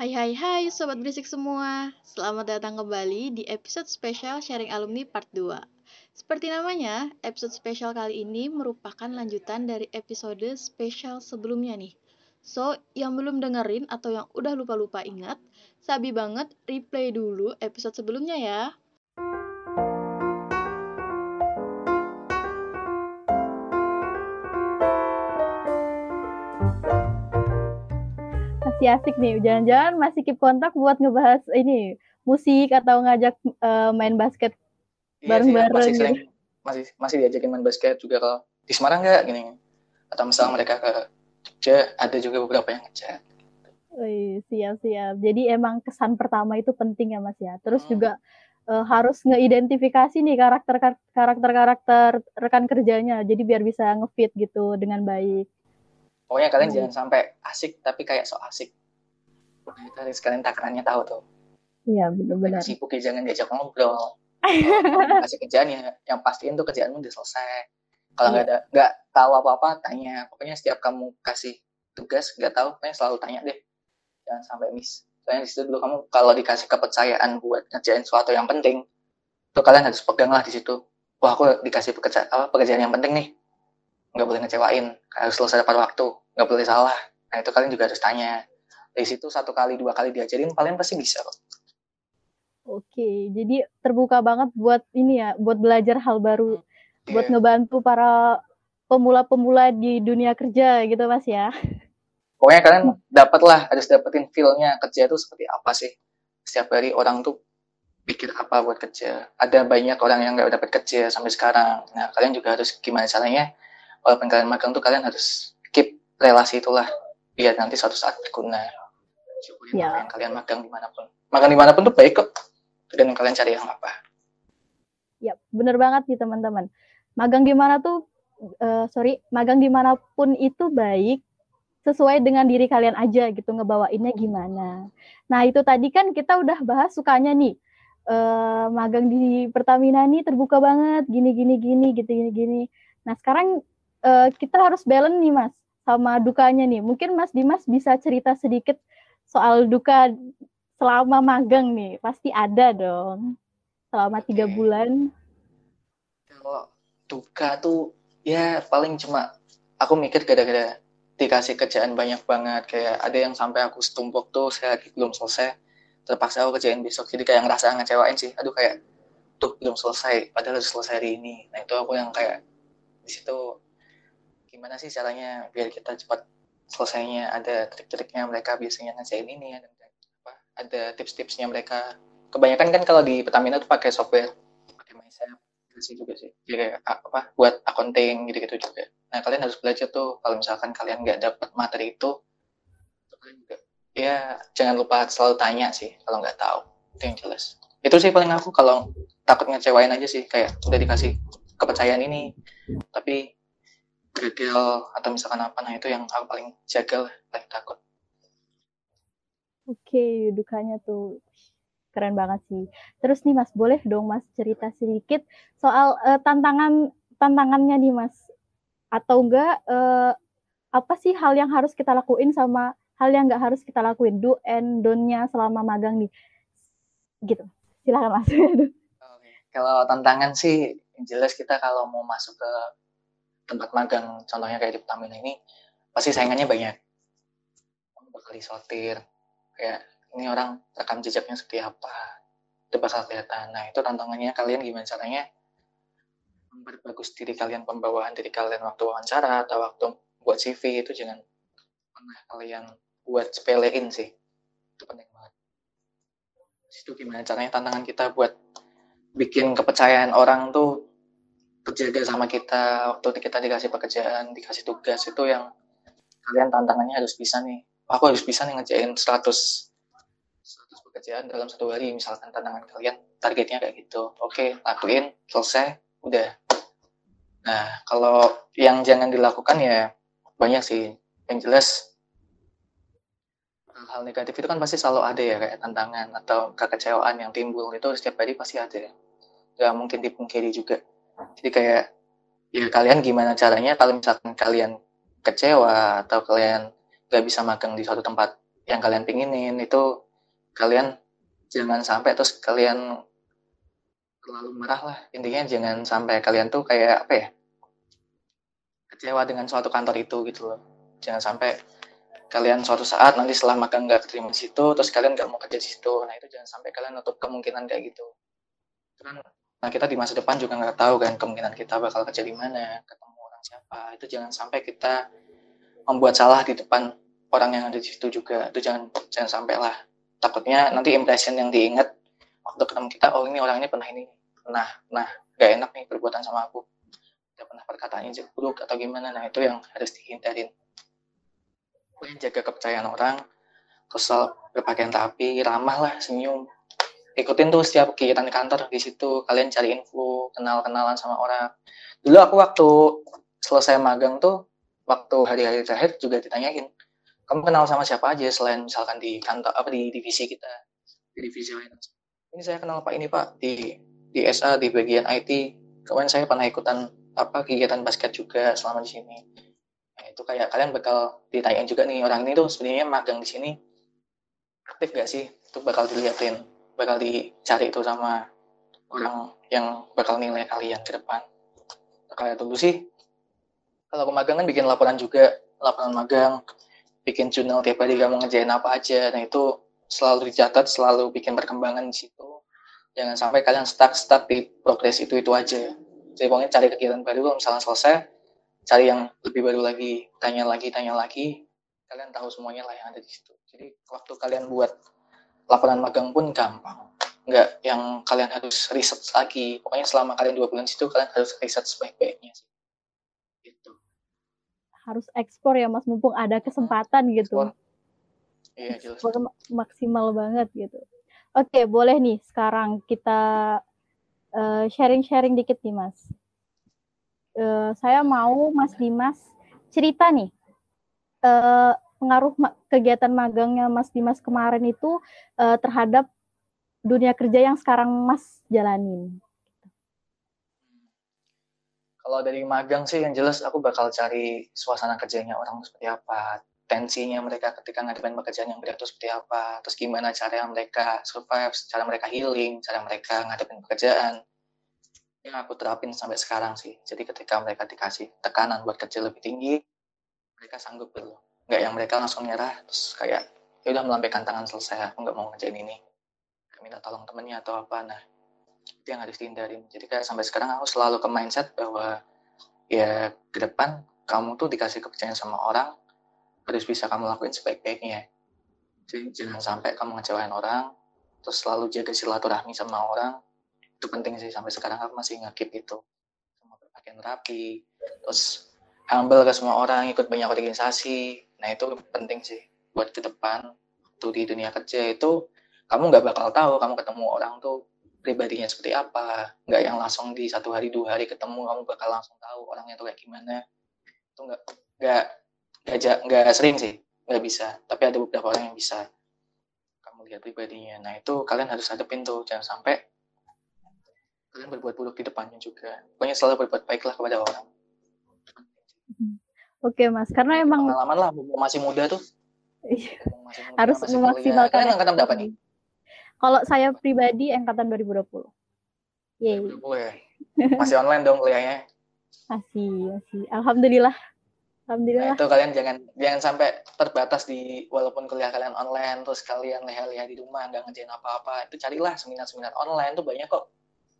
Hai hai hai Sobat Berisik semua. Selamat datang kembali di episode spesial Sharing Alumni Part 2. Seperti namanya, episode spesial kali ini merupakan lanjutan dari episode spesial sebelumnya nih. So, yang belum dengerin atau yang udah lupa-lupa ingat, sabi banget replay dulu episode sebelumnya ya. Masih asik nih, jangan-jangan masih keep kontak buat ngebahas ini musik atau ngajak main basket bareng-bareng masih gitu. sering masih diajakin main basket juga kalau di Semarang nggak gini, atau misalnya mereka ke Jogja ada juga beberapa yang ngechat. Wih, siap-siap. Jadi emang kesan pertama itu penting ya Mas ya. Terus juga harus ngeidentifikasi nih karakter rekan kerjanya. Jadi biar bisa ngefit gitu dengan baik. Pokoknya kalian jangan sampai asik tapi kayak so asik. Nah, itu harus kalian takarannya tahu tuh. Iya, benar-benar. Sibuk ya jangan diajak ngobrol. Kasih kerjaan ya, yang pastiin tuh kerjaanmu udah selesai. Kalau nggak tahu apa-apa tanya. Pokoknya setiap kamu kasih tugas nggak tahu, pokoknya selalu tanya deh. Jangan sampai miss. Soalnya di situ dulu kamu kalau dikasih kepercayaan buat ngerjain sesuatu yang penting, tuh kalian harus pegang lah di situ. Wah, aku dikasih pekerjaan yang penting nih, nggak boleh ngecewain, harus selesai tepat waktu, nggak boleh salah. Nah itu kalian juga harus tanya. Dari situ 1 kali 2 kali diajarin, kalian pasti bisa kok. Oke, jadi terbuka banget buat ini ya, buat belajar hal baru, buat ngebantu para pemula-pemula di dunia kerja gitu Mas ya. Pokoknya kalian harus dapetin feel-nya kerja itu seperti apa sih. Setiap hari orang tuh pikir apa buat kerja. Ada banyak orang yang nggak dapat kerja sampai sekarang. Nah kalian juga harus gimana caranya, walaupun kalian magang tuh kalian harus keep relasi itulah, biar nanti suatu saat berguna. Syukurin apa yang kalian magang dimanapun. Magang dimanapun tuh baik kok. Dan kalian cari yang apa. Ya, bener banget nih teman-teman. Magang dimanapun itu baik, sesuai dengan diri kalian aja gitu, ngebawainnya gimana. Nah itu tadi kan kita udah bahas sukanya nih, magang di Pertamina nih terbuka banget, gini. Nah sekarang kita harus balance nih Mas, sama dukanya nih. Mungkin Mas Dimas bisa cerita sedikit soal duka selama magang nih, pasti ada dong. Selama 3 bulan. Kalau duka tuh ya paling cuma aku mikir gara-gara dikasih kerjaan banyak banget, kayak ada yang sampai aku setumpuk tuh saya lagi belum selesai, terpaksa aku kerjain besok, jadi kayak ngerasa ngecewain sih. Aduh, kayak tuh belum selesai padahal harus selesai hari ini. Nah itu aku yang kayak di situ gimana sih caranya biar kita cepat selesainya. Ada trik-triknya mereka biasanya ngerjain ini, ada tips-tipsnya mereka. Kebanyakan kan kalau di Pertamina tuh pakai software, pakai MySafe juga sih, jadi buat accounting gitu-gitu juga. Nah kalian harus belajar tuh, kalau misalkan kalian nggak dapat materi itu kalian juga ya jangan lupa selalu tanya sih kalau nggak tahu. Itu yang jelas, itu sih paling aku kalau takut ngecewain aja sih, kayak udah dikasih kepercayaan ini tapi gagal atau misalkan apa. Nah itu yang aku paling jaga lah, paling takut. Oke, dukanya tuh keren banget sih. Terus nih Mas, boleh dong Mas cerita sedikit soal tantangannya nih Mas, atau enggak apa sih hal yang harus kita lakuin sama hal yang nggak harus kita lakuin, do and don't-nya selama magang nih, gitu. Silakan Mas. Kalau tantangan sih yang jelas, kita kalau mau masuk ke tempat magang, contohnya kayak di Pertamina ini, pasti saingannya banyak. Bakal disortir, kayak ini orang rekam jejaknya seperti apa, itu bakal kelihatan. Nah itu tantangannya, kalian gimana caranya memperbagus diri kalian, pembawaan diri kalian waktu wawancara atau waktu buat CV, itu jangan pernah kalian buat sepelein sih, itu penting banget. Itu gimana caranya tantangan kita buat bikin kepercayaan orang tuh terjaga sama kita waktu kita dikasih pekerjaan, dikasih tugas. Itu yang kalian tantangannya harus bisa nih. Aku harus bisa nih ngerjain 100 pekerjaan dalam 1 hari, misalkan tantangan kalian targetnya kayak gitu. Oke, lakuin, selesai, udah. Nah kalau yang jangan dilakukan ya banyak sih. Yang jelas hal negatif itu kan pasti selalu ada ya, kayak tantangan atau kekecewaan yang timbul itu setiap hari pasti ada, gak mungkin dipungkiri juga. Jadi kayak ya kalian gimana caranya kalau misalkan kalian kecewa atau kalian gak bisa magang di suatu tempat yang kalian pinginin itu kalian jangan sampai terus kalian terlalu marah lah. Intinya jangan sampai kalian tuh kayak apa ya, kecewa dengan suatu kantor itu gitu loh. Jangan sampai kalian suatu saat nanti setelah magang nggak terima di situ, terus kalian nggak mau kerja di situ. Nah itu jangan sampai kalian nutup kemungkinan kayak gitu. Kan, nah kita di masa depan juga nggak tahu kan kemungkinan kita bakal kerja di mana, ketemu orang siapa. Itu jangan sampai kita membuat salah di depan orang yang ada di situ juga. Itu jangan sampai lah. Takutnya nanti impression yang diingat waktu ketemu kita, oh ini orang ini pernah nggak enak nih perbuatan sama aku, tidak pernah perkataannya buruk atau gimana. Nah itu yang harus dihindarin. Jaga kepercayaan orang, terus berpakaian rapi, ramah lah, senyum. Ikutin tuh setiap kegiatan kantor di situ. Kalian cari info, kenalan sama orang. Dulu aku waktu selesai magang tuh, waktu hari-hari terakhir juga ditanyain, kamu kenal sama siapa aja selain misalkan di kantor apa di divisi kita, di divisi lain. Ini saya kenal Pak ini Pak di SA di bagian IT. Kemarin saya pernah ikutan kegiatan basket juga selama di sini. Nah, itu kayak kalian bakal ditanyain juga nih, orang ini tuh sebenarnya magang di sini aktif gak sih? Itu bakal dilihatin, bakal dicari itu sama orang yang bakal nilai kalian ke depan. Kayak dulu sih, kalau aku magang kan bikin laporan juga, laporan magang, bikin jurnal tiap hari kamu ngerjain apa aja. Nah itu selalu dicatat, selalu bikin perkembangan di situ. Jangan sampai kalian stuck di progres itu aja. Jadi pokoknya cari kegiatan baru, kalau misalnya selesai, cari yang lebih baru lagi, tanya lagi, kalian tahu semuanya lah yang ada di situ. Jadi waktu kalian buat laporan magang pun gampang, nggak yang kalian harus riset lagi. Pokoknya selama kalian 2 bulan situ, kalian harus riset sebaik-baiknya sih. Gitu. Harus ekspor ya Mas, mumpung ada kesempatan gitu. Iya, jelas. Maksimal banget gitu. Oke, boleh nih sekarang kita sharing-sharing dikit nih Mas. Saya mau Mas Dimas cerita nih pengaruh kegiatan magangnya Mas Dimas kemarin itu terhadap dunia kerja yang sekarang Mas jalanin. Kalau dari magang sih yang jelas aku bakal cari suasana kerjanya orang seperti apa, tensinya mereka ketika ngadepin pekerjaan yang berat itu seperti apa, terus gimana cara mereka survive, cara mereka healing, cara mereka ngadepin pekerjaan. Yang aku terapin sampai sekarang sih. Jadi ketika mereka dikasih tekanan buat kerja lebih tinggi, mereka sanggup dulu. Nggak yang mereka langsung nyerah, terus kayak ya udah melambaikan tangan, selesai, aku nggak mau ngerjain ini. Minta tolong temennya atau apa. Nah, itu yang harus dihindarin. Jadi kayak sampai sekarang aku selalu ke mindset bahwa ya ke depan kamu tuh dikasih kepercayaan sama orang, harus bisa kamu lakuin sebaik-baiknya. Jadi jangan sampai kamu ngecewain orang, terus selalu jaga silaturahmi sama orang. Itu penting sih, sampai sekarang aku masih ngekip itu. Sama berpakaian rapi, terus humble ke semua orang, ikut banyak organisasi. Nah itu penting sih buat ke depan. Tuh di dunia kerja itu kamu nggak bakal tahu kamu ketemu orang tuh pribadinya seperti apa. Nggak yang langsung di 1 hari 2 hari ketemu kamu bakal langsung tahu orangnya tuh kayak gimana. Itu nggak sering sih, nggak bisa. Tapi ada beberapa orang yang bisa kamu lihat pribadinya. Nah itu kalian harus hadapin tuh, jangan sampai kalian berbuat buruk di depannya juga. Pokoknya selalu berbuat baiklah kepada orang. Oke Mas, karena emang pengalaman lah, masih muda tuh. Masih muda, harus memaksimalkan. Kalian angkatan berapa nih? Kalau saya pribadi angkatan 2020. Yeay. 2020 ya? Masih online dong kuliahnya? Masih. Alhamdulillah. Nah itu kalian jangan sampai terbatas di walaupun kuliah kalian online terus kalian leha-leha di rumah nggak ngerjain apa-apa. Itu carilah seminar-seminar online tuh banyak kok.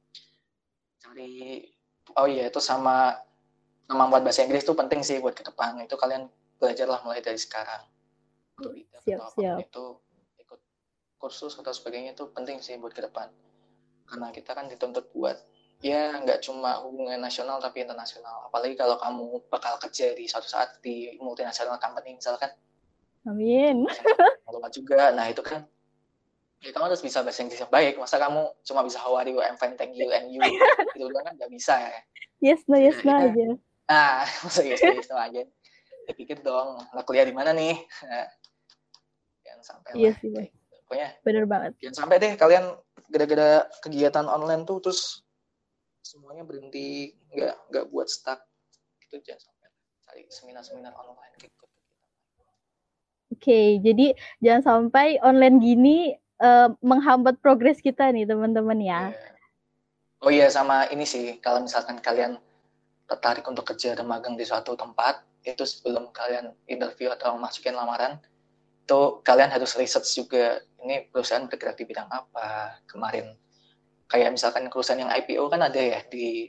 Itu sama kemampuan bahasa Inggris tuh penting sih buat ke depan. Itu kalian belajarlah mulai dari sekarang. Siap. Itu ikut kursus atau sebagainya itu penting sih buat ke depan. Karena kita kan dituntut buat ya nggak cuma hubungan nasional tapi internasional. Apalagi kalau kamu bakal kerja di suatu saat di multinasional company misalkan. Amin. Lupa juga. Nah itu kan ya kamu harus bisa bahasa Inggris yang baik. Masa kamu cuma bisa how are you, I'm fine, thank you, and you itu kan nggak bisa ya. Yes no aja. Masa yes no aja. Dipikir dong, nggak kuliah di mana nih? Jangan sampai lah. Sih, pokoknya bener banget. Jangan sampai deh kalian gara-gara kegiatan online tuh terus semuanya berhenti, nggak buat stuck. Itu jangan sampai. Cari seminar-seminar online gitu. Oke, jadi jangan sampai online gini menghambat progres kita nih teman-teman ya. Iya. Oh iya, sama ini sih, kalau misalkan kalian tertarik untuk kerja dan magang di suatu tempat, itu sebelum kalian interview atau masukin lamaran, itu kalian harus research juga, ini perusahaan bergerak di bidang apa kemarin. Kayak misalkan perusahaan yang IPO kan ada ya di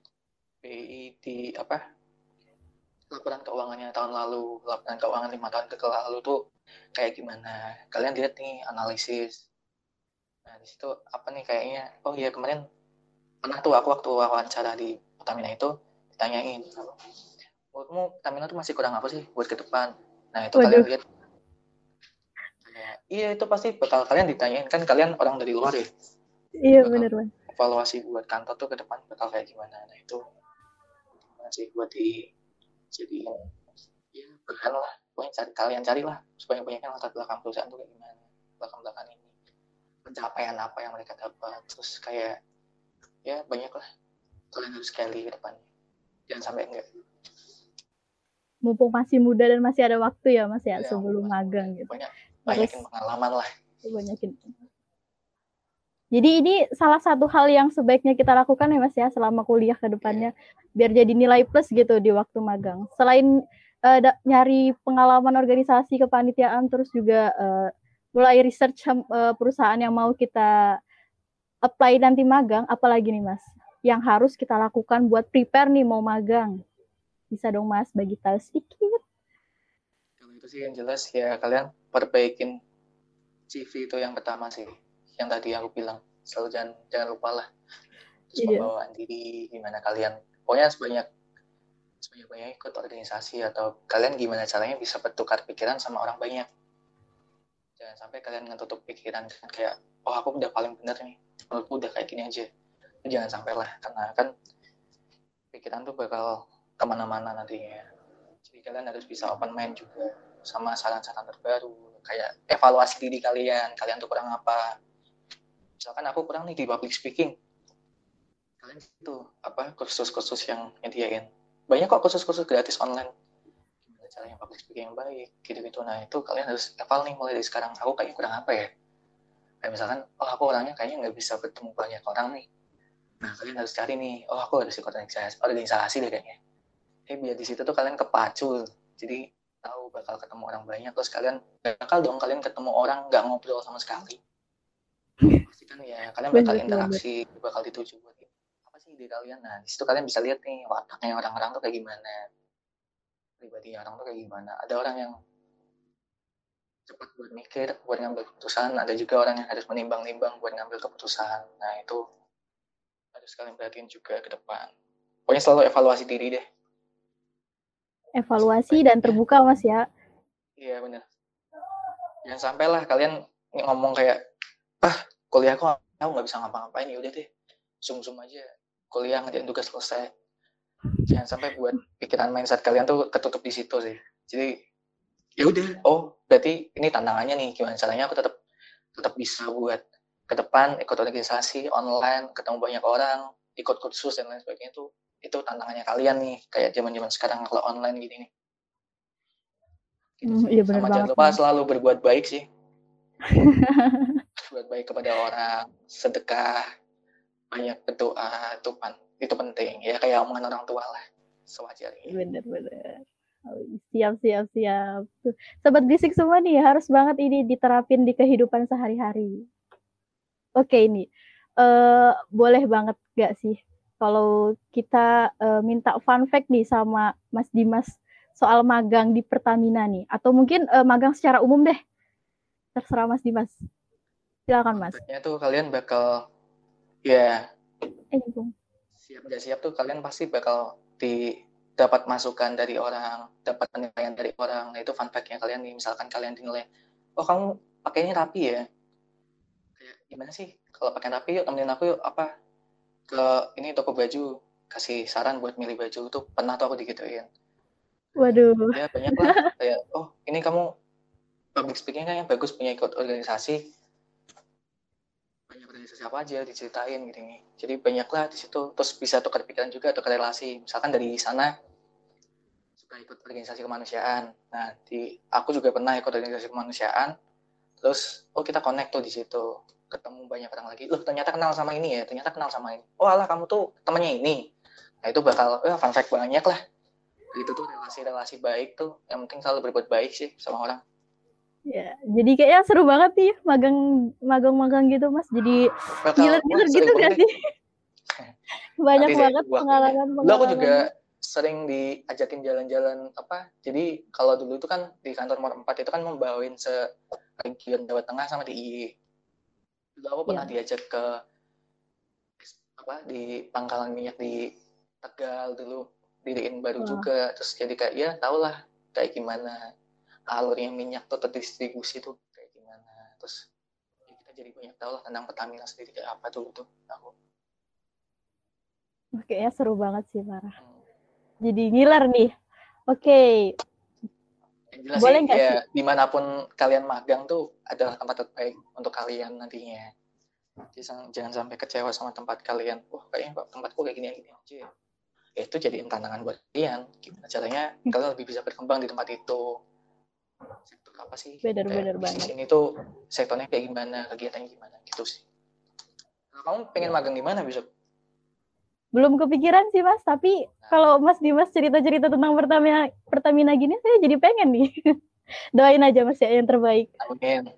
BI, di apa, laporan keuangannya tahun lalu, laporan keuangan 5 tahun ke lalu tuh kayak gimana. Kalian lihat nih, analisis. Nah, di situ apa nih kayaknya, oh iya kemarin pernah tuh aku waktu wawancara di Pertamina itu ditanyain, menurutmu Pertamina tuh masih kurang apa sih buat ke depan? Nah, itu kalian Waduh, lihat kayak, iya itu pasti bakal kalian ditanyain, kan kalian orang dari luar ya, iya bakal bener Mas. evaluasi buat kantor tuh ke depan bakal kayak gimana. Nah, itu masih buat di jadi ya bahan lah. Pokoknya kalian carilah sebanyak-banyaknya latar belakang perusahaan tuh kayak gimana, belakang-belakang ini, pencapaian apa yang mereka dapat, terus kayak ya banyak lah, kalian harus sekali ke depannya, jangan sampai enggak. Mumpung masih muda dan masih ada waktu ya Mas ya Ya, sebelum magang gitu. pokoknya Harus banyakin pengalaman lah. banyakin. Jadi ini salah satu hal yang sebaiknya kita lakukan ya Mas ya selama kuliah ke depannya biar jadi nilai plus gitu di waktu magang. Selain nyari pengalaman organisasi kepanitiaan terus juga mulai research perusahaan yang mau kita apply nanti magang, apalagi nih Mas yang harus kita lakukan buat prepare nih mau magang. Bisa dong Mas bagi tahu sedikit. Kalau itu sih yang jelas ya kalian perbaikin CV itu yang pertama sih, yang tadi aku bilang, selalu jangan lupa lah, terus pembawaan diri gimana kalian, pokoknya sebanyak ikut organisasi atau kalian gimana caranya bisa bertukar pikiran sama orang banyak. Jangan sampai kalian ngetutup pikiran kan kayak, oh aku udah paling bener nih, menurutku udah kayak gini aja. Jangan sampai lah, karena kan pikiran tuh bakal kemana-mana nantinya. Jadi kalian harus bisa open mind juga sama saran-saran terbaru, kayak evaluasi diri kalian tuh kurang apa. Misalkan aku kurang nih di public speaking, kalian itu apa kursus-kursus yang nyediain. Banyak kok kursus-kursus gratis online. Gimana caranya public speaking yang baik, gitu-gitu. Nah itu kalian harus eval nih mulai dari sekarang. Aku kayaknya kurang apa ya? Kayak misalkan, oh aku orangnya kayaknya nggak bisa bertemu banyak orang nih. Nah kalian harus cari nih, oh aku harus ikut organisasi deh kayaknya. Biar di situ tuh kalian kepacu. Jadi tahu bakal ketemu orang banyak, terus kalian bakal dong kalian ketemu orang nggak ngobrol sama sekali. Pasti kan ya kalian bakal interaksi, bakal dituju buat apa sih ide kalian. Nah di situ kalian bisa lihat nih wataknya orang-orang tuh kayak gimana, pribadinya orang tuh kayak gimana. Ada orang yang cepat buat mikir, buat ngambil keputusan, ada juga orang yang harus menimbang-nimbang buat ngambil keputusan. Nah itu harus kalian perhatiin juga ke depan. Pokoknya selalu evaluasi diri deh. Evaluasi dan terbuka Mas ya. Iya benar. Jangan sampailah kalian ngomong kayak, kuliahku aku nggak bisa ngapa-ngapain, ya udah deh, sum-sum aja kuliah ngerjain tugas selesai. Jangan sampai buat pikiran mindset kalian tuh ketutup di situ sih. Jadi ya udah, oh berarti ini tantangannya nih, gimana caranya aku tetap bisa buat ke depan ikut organisasi online, ketemu banyak orang, ikut kursus dan lain sebagainya tuh, itu tantangannya kalian nih, kayak zaman-zaman sekarang kalau online gini nih. Gitu sih. Iya benar Sama banget jangan lupa Mas. selalu berbuat baik sih. Berbuat baik kepada orang, sedekah, banyak berdoa, itu penting. Ya kayak omongan orang tua lah, sewajarnya. Bener. Siap. Sobat Bisik semua nih, harus banget ini diterapin di kehidupan sehari-hari. Oke ini, boleh banget gak sih kalau kita minta fun fact nih sama Mas Dimas soal magang di Pertamina nih, atau mungkin magang secara umum deh, terserah Mas Dimas. Silakan Mas. Faktanya tuh kalian bakal, ya Bung. siap tuh kalian pasti bakal dapat masukan dari orang, dapat penilaian dari orang. Nah itu fun fact-nya kalian nih, misalkan kalian dinilai, oh kamu pakainya rapi ya, kayak gimana sih kalau pakai rapi, yuk temenin aku yuk apa ke ini toko baju, kasih saran buat milih baju. Tuh pernah tuh aku digituin. Waduh. Ya banyak lah, kayak oh ini kamu public speaking kan yang bagus, punya ikut organisasi, banyak organisasi apa aja diceritain gitu nih. Jadi banyaklah di situ, terus bisa tukar pikiran juga, tukar relasi. Misalkan dari sana suka ikut organisasi kemanusiaan. Nah, aku juga pernah ikut organisasi kemanusiaan. Terus, kita connect tuh di situ. Ketemu banyak orang lagi. Loh, ternyata kenal sama ini ya. Ternyata kenal sama ini. Oh, alah, kamu tuh temannya ini. Nah, itu bakal fun fact banyak lah. Itu tuh relasi-relasi baik tuh. Yang penting selalu berbuat baik sih sama orang. Ya, jadi kayaknya seru banget nih magang gitu, Mas. Jadi ngiler-ngiler gitu gak sih? Banyak banget pengalaman. Dulu aku juga sering diajakin jalan-jalan jadi kalau dulu itu kan di kantor nomor 4 itu kan membawain region Jawa Tengah sama DIY. Dulu aku pernah diajak ke di pangkalan minyak di Tegal dulu, diriin baru juga, terus jadi kayak ya tau lah kayak gimana alurnya minyak tuh terdistribusi tuh kayak gimana, terus kita jadi banyak tahu lah tentang Pertamina sendiri kayak apa dulu tuh aku. Kayaknya seru banget sih, parah. Jadi ngiler nih. Oke. Jelas boleh sih, ya sih? Dimanapun kalian magang tuh adalah tempat terbaik untuk kalian nantinya. Jadi jangan sampai kecewa sama tempat kalian. Wah, kayaknya tempatku kayak gini aja. Ya itu jadiin tantangan buat kalian. Gimana caranya kalian lebih bisa berkembang di tempat itu. Sektor apa sih? Bener bisnis banget. ini tuh sektornya kayak gimana, kegiatannya gimana gitu sih. Nah, kamu pengen magang di mana besok? Belum kepikiran sih, Mas, tapi kalau Mas Dimas cerita-cerita tentang Pertamina gini, saya jadi pengen nih. Doain aja Mas ya yang terbaik. Amin.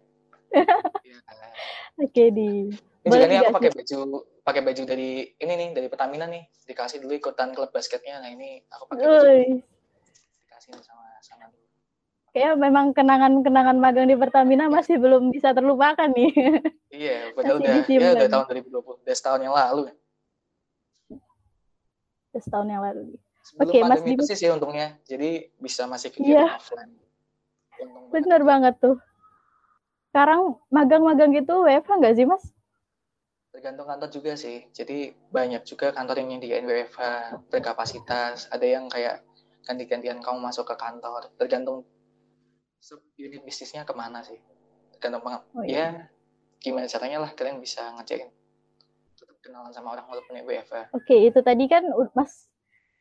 Oke, di. Boleh ini aku pakai baju dari ini nih, dari Pertamina nih. Dikasih dulu ikutan klub basketnya. Nah, ini aku pakai baju. Dikasih sama dulu. Kayak memang kenangan-kenangan magang di Pertamina masih belum bisa terlupakan nih. Iya, padahal udah tahun 2020, udah setahun yang lalu. Setahun yang lalu. Oke, Mas Dimas. Sih untungnya, jadi bisa masih kegiatan offline. Bener banget tuh. Sekarang magang-magang gitu WFH nggak sih, Mas? Tergantung kantor juga sih. Jadi banyak juga kantor yang nyediain WFH berkapasitas. Ada yang kayak ganti-gantian kamu masuk ke kantor. Tergantung unit bisnisnya kemana sih. Tergantung banget. Ya, gimana caranya lah kalian bisa ngerjain. Tetap kenalan sama orang walaupun punya WFH. Oke, itu tadi kan Mas.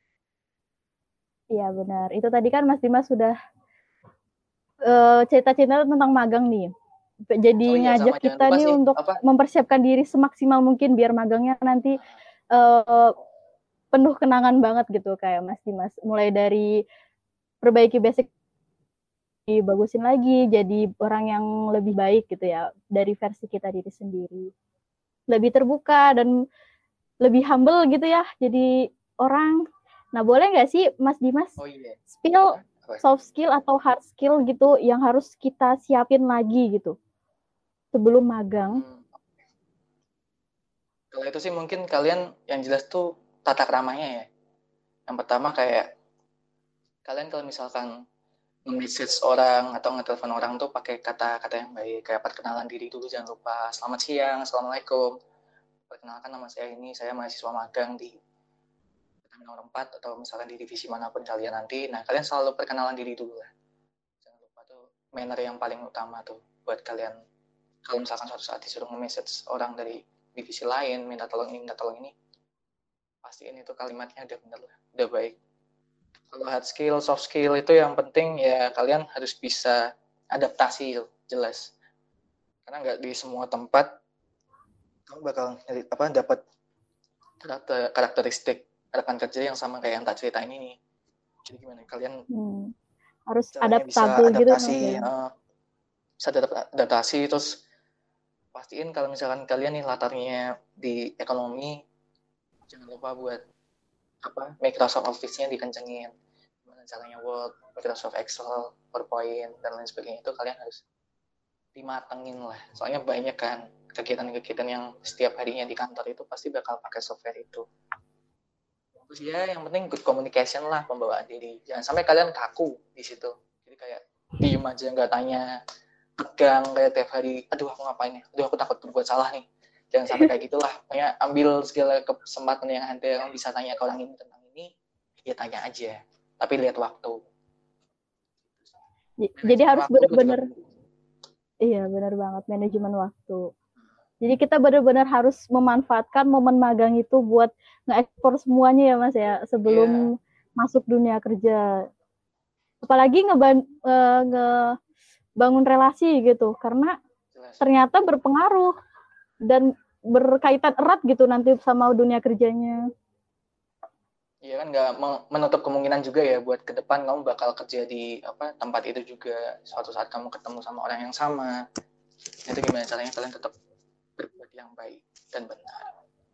Iya benar. Itu tadi kan Mas Dimas sudah cerita-cerita tentang magang nih. Jadi ngajak kita nih untuk mempersiapkan diri semaksimal mungkin biar magangnya nanti penuh kenangan banget gitu kayak Mas Dimas. Mulai dari perbaiki basic, dibagusin lagi, jadi orang yang lebih baik gitu ya dari versi kita diri sendiri. Lebih terbuka dan lebih humble gitu ya. Jadi orang. Nah boleh nggak sih Mas Dimas spill soft skill atau hard skill gitu yang harus kita siapin lagi gitu sebelum magang? Kalau itu sih mungkin kalian yang jelas tuh tata keramanya ya. Yang pertama kayak kalian kalau misalkan message orang atau ngetelepon orang tuh pakai kata-kata yang baik, kayak perkenalan diri dulu jangan lupa. Selamat siang, assalamualaikum. Perkenalkan nama saya ini, saya mahasiswa magang di nomor 4 atau misalkan di divisi manapun kalian nanti. Nah, kalian selalu perkenalan diri dulu lah. Jangan lupa tuh manner yang paling utama tuh buat kalian. Kalau misalkan suatu saat disuruh nge-message orang dari divisi lain, minta tolong ini, pastiin itu kalimatnya udah bener lah, udah baik. Kalau hard skill, soft skill itu yang penting ya kalian harus bisa adaptasi jelas. Karena nggak di semua tempat kamu bakal dapat karakteristik rekan kerja yang sama kayak yang tak ceritain ini. Jadi gimana kalian harus adaptabel gitu bisa adaptasi terus pastiin kalau misalkan kalian nih latarnya di ekonomi jangan lupa buat Microsoft Office-nya dikencengin. Gimana caranya Word, Microsoft Excel, PowerPoint dan lain sebagainya itu kalian harus dimatengin lah. Soalnya banyak kan kegiatan-kegiatan yang setiap harinya di kantor itu pasti bakal pakai software itu. Terus ya yang penting good communication lah, pembawaan diri. Jangan sampai kalian kaku di situ. Jadi kayak diem aja nggak tanya, tegang kayak tiap hari. Aduh aku ngapain ya? Aduh aku takut berbuat salah nih. Jangan sampai kayak gitulah. Pokoknya ambil segala kesempatan yang ada yang bisa tanya ke orang ini tentang ini, ya tanya aja. Tapi lihat waktu. Jadi harus benar-benar. Iya benar banget manajemen waktu. Jadi kita benar-benar harus memanfaatkan momen magang itu buat nge-ekspor semuanya ya Mas ya sebelum masuk dunia kerja. apalagi ngebangun relasi gitu, karena Jelas. ternyata berpengaruh dan berkaitan erat gitu nanti sama dunia kerjanya. Iya kan, nggak menutup kemungkinan juga ya buat ke depan kamu bakal kerja di tempat itu juga. Suatu saat kamu ketemu sama orang yang sama, itu gimana caranya kalian tetap berbuat yang baik dan benar.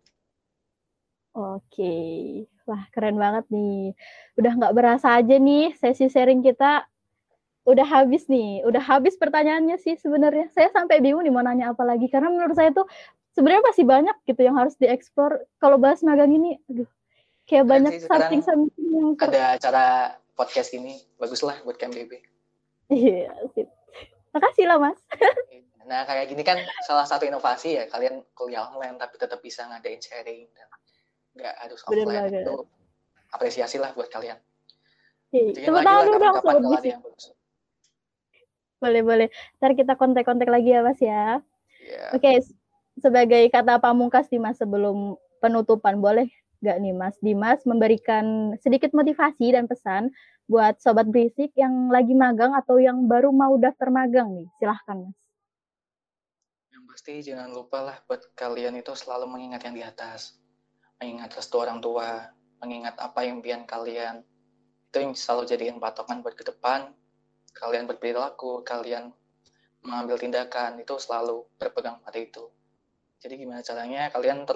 Oke, wah keren banget nih. Udah nggak berasa aja nih sesi sharing kita udah habis nih. Udah habis pertanyaannya sih sebenarnya. Saya sampai bingung nih mau nanya apa lagi, karena menurut saya tuh sebenarnya masih banyak gitu yang harus dieksplor. Kalau bahas magang ini, aduh, kayak Keren banyak sih, sekarang something yang ada acara podcast ini, baguslah buat KMDB. Iya, sip. Makasih lah, Mas. Nah, kayak gini kan salah satu inovasi ya, kalian kuliah online tapi tetap bisa ngadain sharing dan nggak harus Bener offline. banget. Itu apresiasi lah buat kalian. Oke, Bikin tepuk lagi tangan lah dulu dong, kapan-kapan Sobat kalau ada Bisik. yang bagus. Boleh. Ntar kita kontak-kontak lagi ya, Mas ya. Yeah. Oke, sebagai kata pamungkas nih, Mas, sebelum penutupan, boleh nggak nih, Mas Dimas memberikan sedikit motivasi dan pesan buat Sobat Berisik yang lagi magang atau yang baru mau daftar magang nih? Silahkan, Mas. Yang pasti jangan lupa lah buat kalian itu selalu mengingat yang di atas. Mengingat restu orang tua, mengingat apa yang impian kalian. Itu yang selalu jadiin patokan buat ke depan. Kalian berperilaku, kalian mengambil tindakan, itu selalu berpegang pada itu. Jadi gimana caranya kalian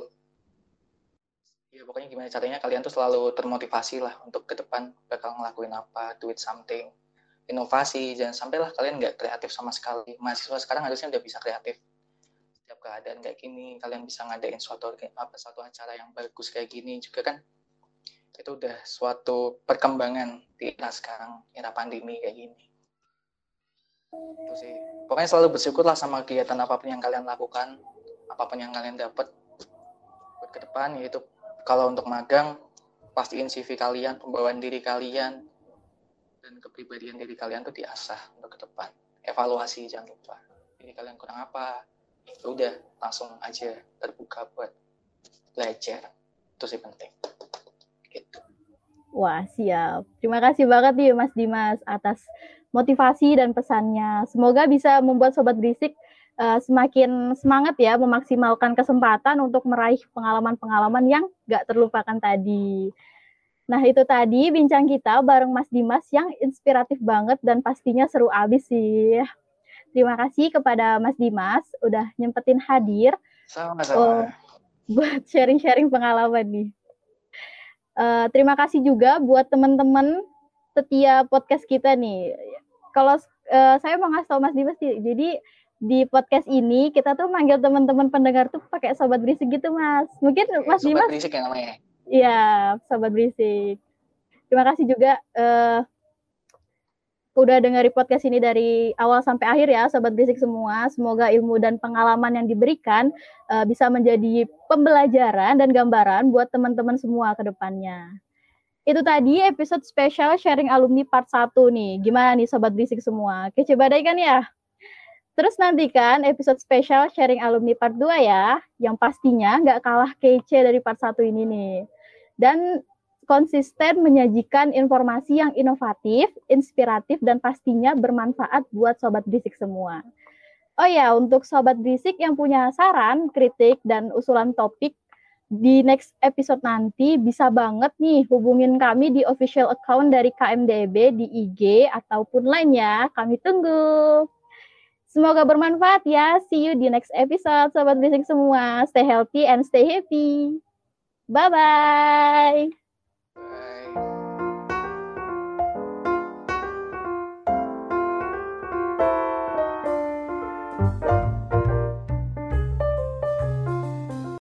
gimana caranya kalian tuh selalu termotivasi lah untuk ke depan bakal ngelakuin apa, do it something, inovasi. Jangan sampailah kalian nggak kreatif sama sekali. Mahasiswa sekarang harusnya udah bisa kreatif. Setiap keadaan kayak gini, kalian bisa ngadain suatu acara yang bagus kayak gini juga kan. Itu udah suatu perkembangan di era sekarang, era pandemi kayak gini. Itu sih. Pokoknya selalu bersyukurlah sama kegiatan apapun yang kalian lakukan, apapun yang kalian dapat buat ke depan, yaitu kalau untuk magang, pastiin CV kalian, pembawaan diri kalian, dan kepribadian diri kalian tuh diasah untuk ke depan. Evaluasi jangan lupa. Jadi kalian kurang apa, ya udah langsung aja terbuka buat belajar. Itu sih penting. Gitu. Wah, siap. Terima kasih banget nih Mas Dimas atas motivasi dan pesannya. Semoga bisa membuat Sobat Berisik semakin semangat ya memaksimalkan kesempatan untuk meraih pengalaman-pengalaman yang gak terlupakan tadi. Nah, itu tadi bincang kita bareng Mas Dimas yang inspiratif banget dan pastinya seru abis sih. Terima kasih kepada Mas Dimas udah nyempetin hadir. Sama-sama. Buat sharing-sharing pengalaman nih. Terima kasih juga buat teman-teman setia podcast kita nih. Kalau saya mau ngasih tahu Mas Dimas, jadi di podcast ini kita tuh manggil teman-teman pendengar tuh pakai Sobat Berisik gitu, Mas. Mungkin Mas Sobat Dimas. Berisik yang namanya. Iya, Sobat Berisik. Terima kasih juga udah dengerin podcast ini dari awal sampai akhir ya, Sobat Berisik semua. Semoga ilmu dan pengalaman yang diberikan bisa menjadi pembelajaran dan gambaran buat teman-teman semua ke depannya. Itu tadi episode spesial sharing alumni part 1 nih. Gimana nih Sobat Berisik semua? Kece badai kan ya? Terus nantikan episode spesial sharing alumni part 2 ya, yang pastinya nggak kalah kece dari part 1 ini nih. Dan konsisten menyajikan informasi yang inovatif, inspiratif, dan pastinya bermanfaat buat Sobat Berisik semua. Oh ya, untuk Sobat Berisik yang punya saran, kritik, dan usulan topik di next episode nanti, bisa banget nih hubungin kami di official account dari KMDB di IG ataupun lainnya. Kami tunggu. Semoga bermanfaat ya. See you di next episode, Sobat Berisik semua. Stay healthy and stay happy. Bye-bye.